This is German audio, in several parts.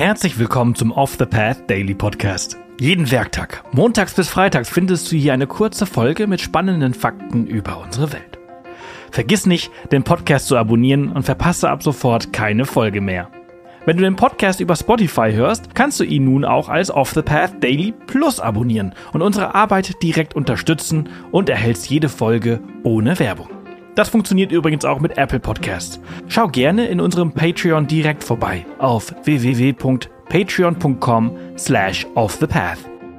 Herzlich willkommen zum Off the Path Daily Podcast. Jeden Werktag, montags bis freitags, findest du hier eine kurze Folge mit spannenden Fakten über unsere Welt. Vergiss nicht, den Podcast zu abonnieren und verpasse ab sofort keine Folge mehr. Wenn du den Podcast über Spotify hörst, kannst du ihn nun auch als Off the Path Daily Plus abonnieren und unsere Arbeit direkt unterstützen und erhältst jede Folge ohne Werbung. Das funktioniert übrigens auch mit Apple Podcasts. Schau gerne in unserem Patreon direkt vorbei auf www.patreon.com/offthepath.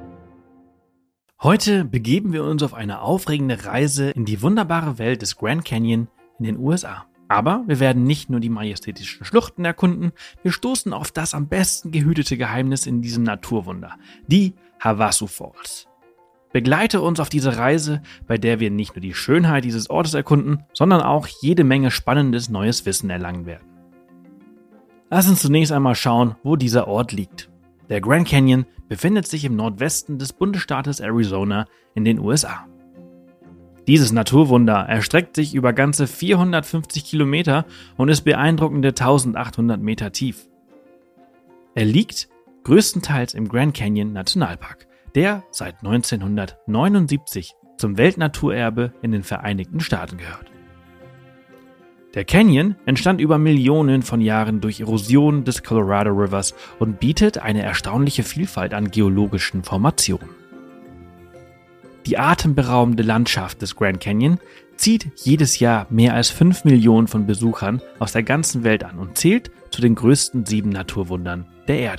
Heute begeben wir uns auf eine aufregende Reise in die wunderbare Welt des Grand Canyon in den USA. Aber wir werden nicht nur die majestätischen Schluchten erkunden, wir stoßen auf das am besten gehütete Geheimnis in diesem Naturwunder, die Havasu Falls. Begleite uns auf diese Reise, bei der wir nicht nur die Schönheit dieses Ortes erkunden, sondern auch jede Menge spannendes neues Wissen erlangen werden. Lass uns zunächst einmal schauen, wo dieser Ort liegt. Der Grand Canyon befindet sich im Nordwesten des Bundesstaates Arizona in den USA. Dieses Naturwunder erstreckt sich über ganze 450 Kilometer und ist beeindruckende 1800 Meter tief. Er liegt größtenteils im Grand Canyon Nationalpark, der seit 1979 zum Weltnaturerbe in den Vereinigten Staaten gehört. Der Canyon entstand über Millionen von Jahren durch Erosion des Colorado Rivers und bietet eine erstaunliche Vielfalt an geologischen Formationen. Die atemberaubende Landschaft des Grand Canyon zieht jedes Jahr mehr als 5 Millionen von Besuchern aus der ganzen Welt an und zählt zu den größten 7 Naturwundern der Erde.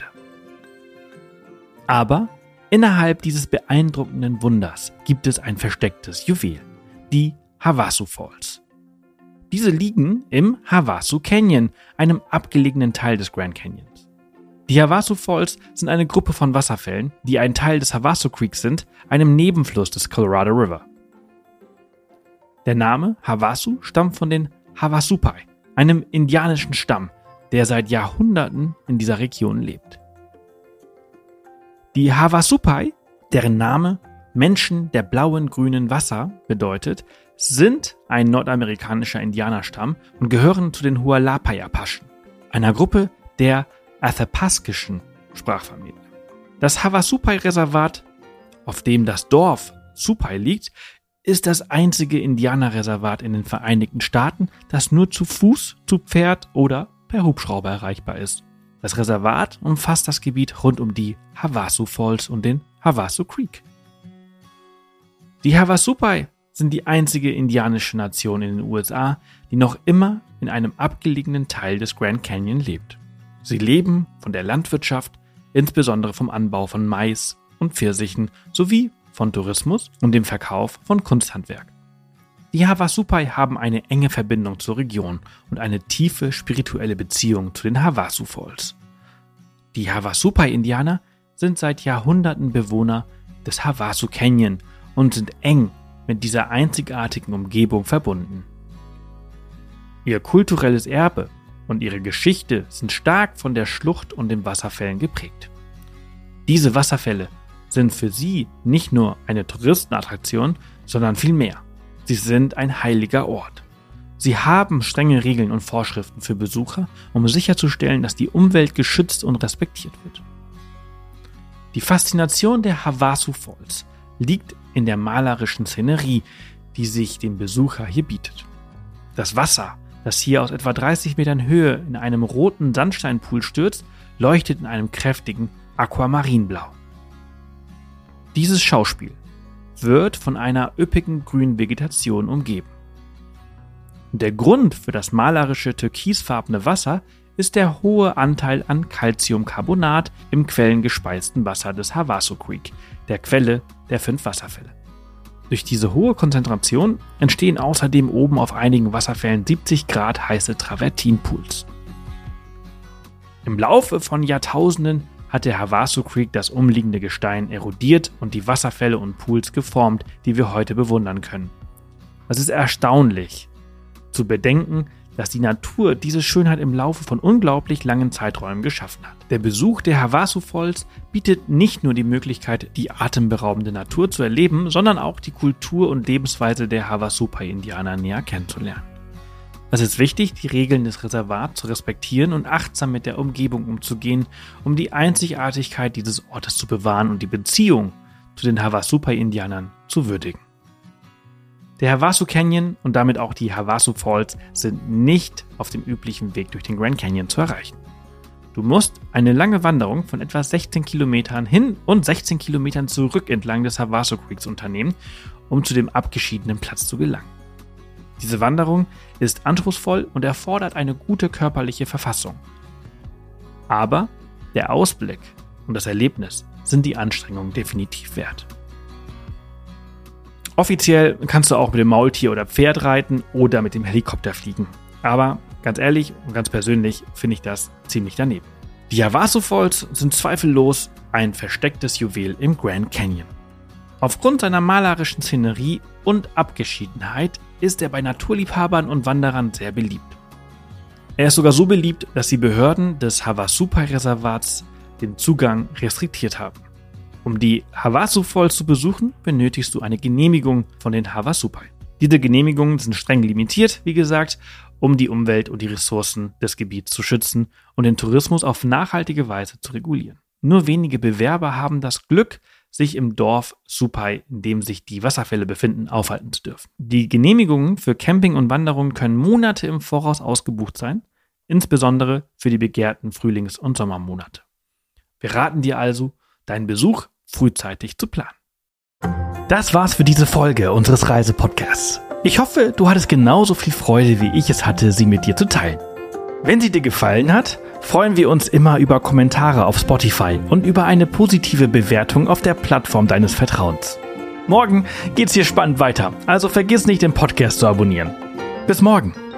Aber innerhalb dieses beeindruckenden Wunders gibt es ein verstecktes Juwel, die Havasu Falls. Diese liegen im Havasu Canyon, einem abgelegenen Teil des Grand Canyons. Die Havasu Falls sind eine Gruppe von Wasserfällen, die ein Teil des Havasu Creek sind, einem Nebenfluss des Colorado River. Der Name Havasu stammt von den Havasupai, einem indianischen Stamm, der seit Jahrhunderten in dieser Region lebt. Die Havasupai, deren Name Menschen der blauen grünen Wasser bedeutet, sind ein nordamerikanischer Indianerstamm und gehören zu den Hualapai Apachen, einer Gruppe der Athapaskischen Sprachfamilie. Das Havasupai-Reservat, auf dem das Dorf Supai liegt, ist das einzige Indianerreservat in den Vereinigten Staaten, das nur zu Fuß, zu Pferd oder per Hubschrauber erreichbar ist. Das Reservat umfasst das Gebiet rund um die Havasu Falls und den Havasu Creek. Die Havasupai sind die einzige indianische Nation in den USA, die noch immer in einem abgelegenen Teil des Grand Canyon lebt. Sie leben von der Landwirtschaft, insbesondere vom Anbau von Mais und Pfirsichen sowie von Tourismus und dem Verkauf von Kunsthandwerk. Die Havasupai haben eine enge Verbindung zur Region und eine tiefe spirituelle Beziehung zu den Havasu Falls. Die Havasupai-Indianer sind seit Jahrhunderten Bewohner des Havasu Canyon und sind eng mit dieser einzigartigen Umgebung verbunden. Ihr kulturelles Erbe und ihre Geschichte sind stark von der Schlucht und den Wasserfällen geprägt. Diese Wasserfälle sind für sie nicht nur eine Touristenattraktion, sondern viel mehr. Sie sind ein heiliger Ort. Sie haben strenge Regeln und Vorschriften für Besucher, um sicherzustellen, dass die Umwelt geschützt und respektiert wird. Die Faszination der Havasu Falls liegt in der malerischen Szenerie, die sich dem Besucher hier bietet. Das Wasser, das hier aus etwa 30 Metern Höhe in einem roten Sandsteinpool stürzt, leuchtet in einem kräftigen Aquamarinblau. Dieses Schauspiel wird von einer üppigen grünen Vegetation umgeben. Der Grund für das malerische türkisfarbene Wasser ist der hohe Anteil an Calciumcarbonat im quellengespeisten Wasser des Havasu Creek, der Quelle der 5 Wasserfälle. Durch diese hohe Konzentration entstehen außerdem oben auf einigen Wasserfällen 70 Grad heiße Travertinpools. Im Laufe von Jahrtausenden hat der Havasu Creek das umliegende Gestein erodiert und die Wasserfälle und Pools geformt, die wir heute bewundern können. Es ist erstaunlich zu bedenken, dass die Natur diese Schönheit im Laufe von unglaublich langen Zeiträumen geschaffen hat. Der Besuch der Havasu Falls bietet nicht nur die Möglichkeit, die atemberaubende Natur zu erleben, sondern auch die Kultur und Lebensweise der Havasupai-Indianer näher kennenzulernen. Es ist wichtig, die Regeln des Reservats zu respektieren und achtsam mit der Umgebung umzugehen, um die Einzigartigkeit dieses Ortes zu bewahren und die Beziehung zu den Havasupai-Indianern zu würdigen. Der Havasu Canyon und damit auch die Havasu Falls sind nicht auf dem üblichen Weg durch den Grand Canyon zu erreichen. Du musst eine lange Wanderung von etwa 16 Kilometern hin und 16 Kilometern zurück entlang des Havasu Creeks unternehmen, um zu dem abgeschiedenen Platz zu gelangen. Diese Wanderung ist anspruchsvoll und erfordert eine gute körperliche Verfassung. Aber der Ausblick und das Erlebnis sind die Anstrengung definitiv wert. Offiziell kannst du auch mit dem Maultier oder Pferd reiten oder mit dem Helikopter fliegen. Aber ganz ehrlich und ganz persönlich finde ich das ziemlich daneben. Die Havasu Falls sind zweifellos ein verstecktes Juwel im Grand Canyon. Aufgrund seiner malerischen Szenerie und Abgeschiedenheit ist er bei Naturliebhabern und Wanderern sehr beliebt. Er ist sogar so beliebt, dass die Behörden des Havasupai-Reservats den Zugang restriktiert haben. Um die Havasu Falls zu besuchen, benötigst du eine Genehmigung von den Havasupai. Diese Genehmigungen sind streng limitiert, wie gesagt, um die Umwelt und die Ressourcen des Gebiets zu schützen und den Tourismus auf nachhaltige Weise zu regulieren. Nur wenige Bewerber haben das Glück, sich im Dorf Supai, in dem sich die Wasserfälle befinden, aufhalten zu dürfen. Die Genehmigungen für Camping und Wanderungen können Monate im Voraus ausgebucht sein, insbesondere für die begehrten Frühlings- und Sommermonate. Wir raten dir also, deinen Besuch frühzeitig zu planen. Das war's für diese Folge unseres Reisepodcasts. Ich hoffe, du hattest genauso viel Freude, wie ich es hatte, sie mit dir zu teilen. Wenn sie dir gefallen hat, freuen wir uns immer über Kommentare auf Spotify und über eine positive Bewertung auf der Plattform deines Vertrauens. Morgen geht's hier spannend weiter, also vergiss nicht, den Podcast zu abonnieren. Bis morgen!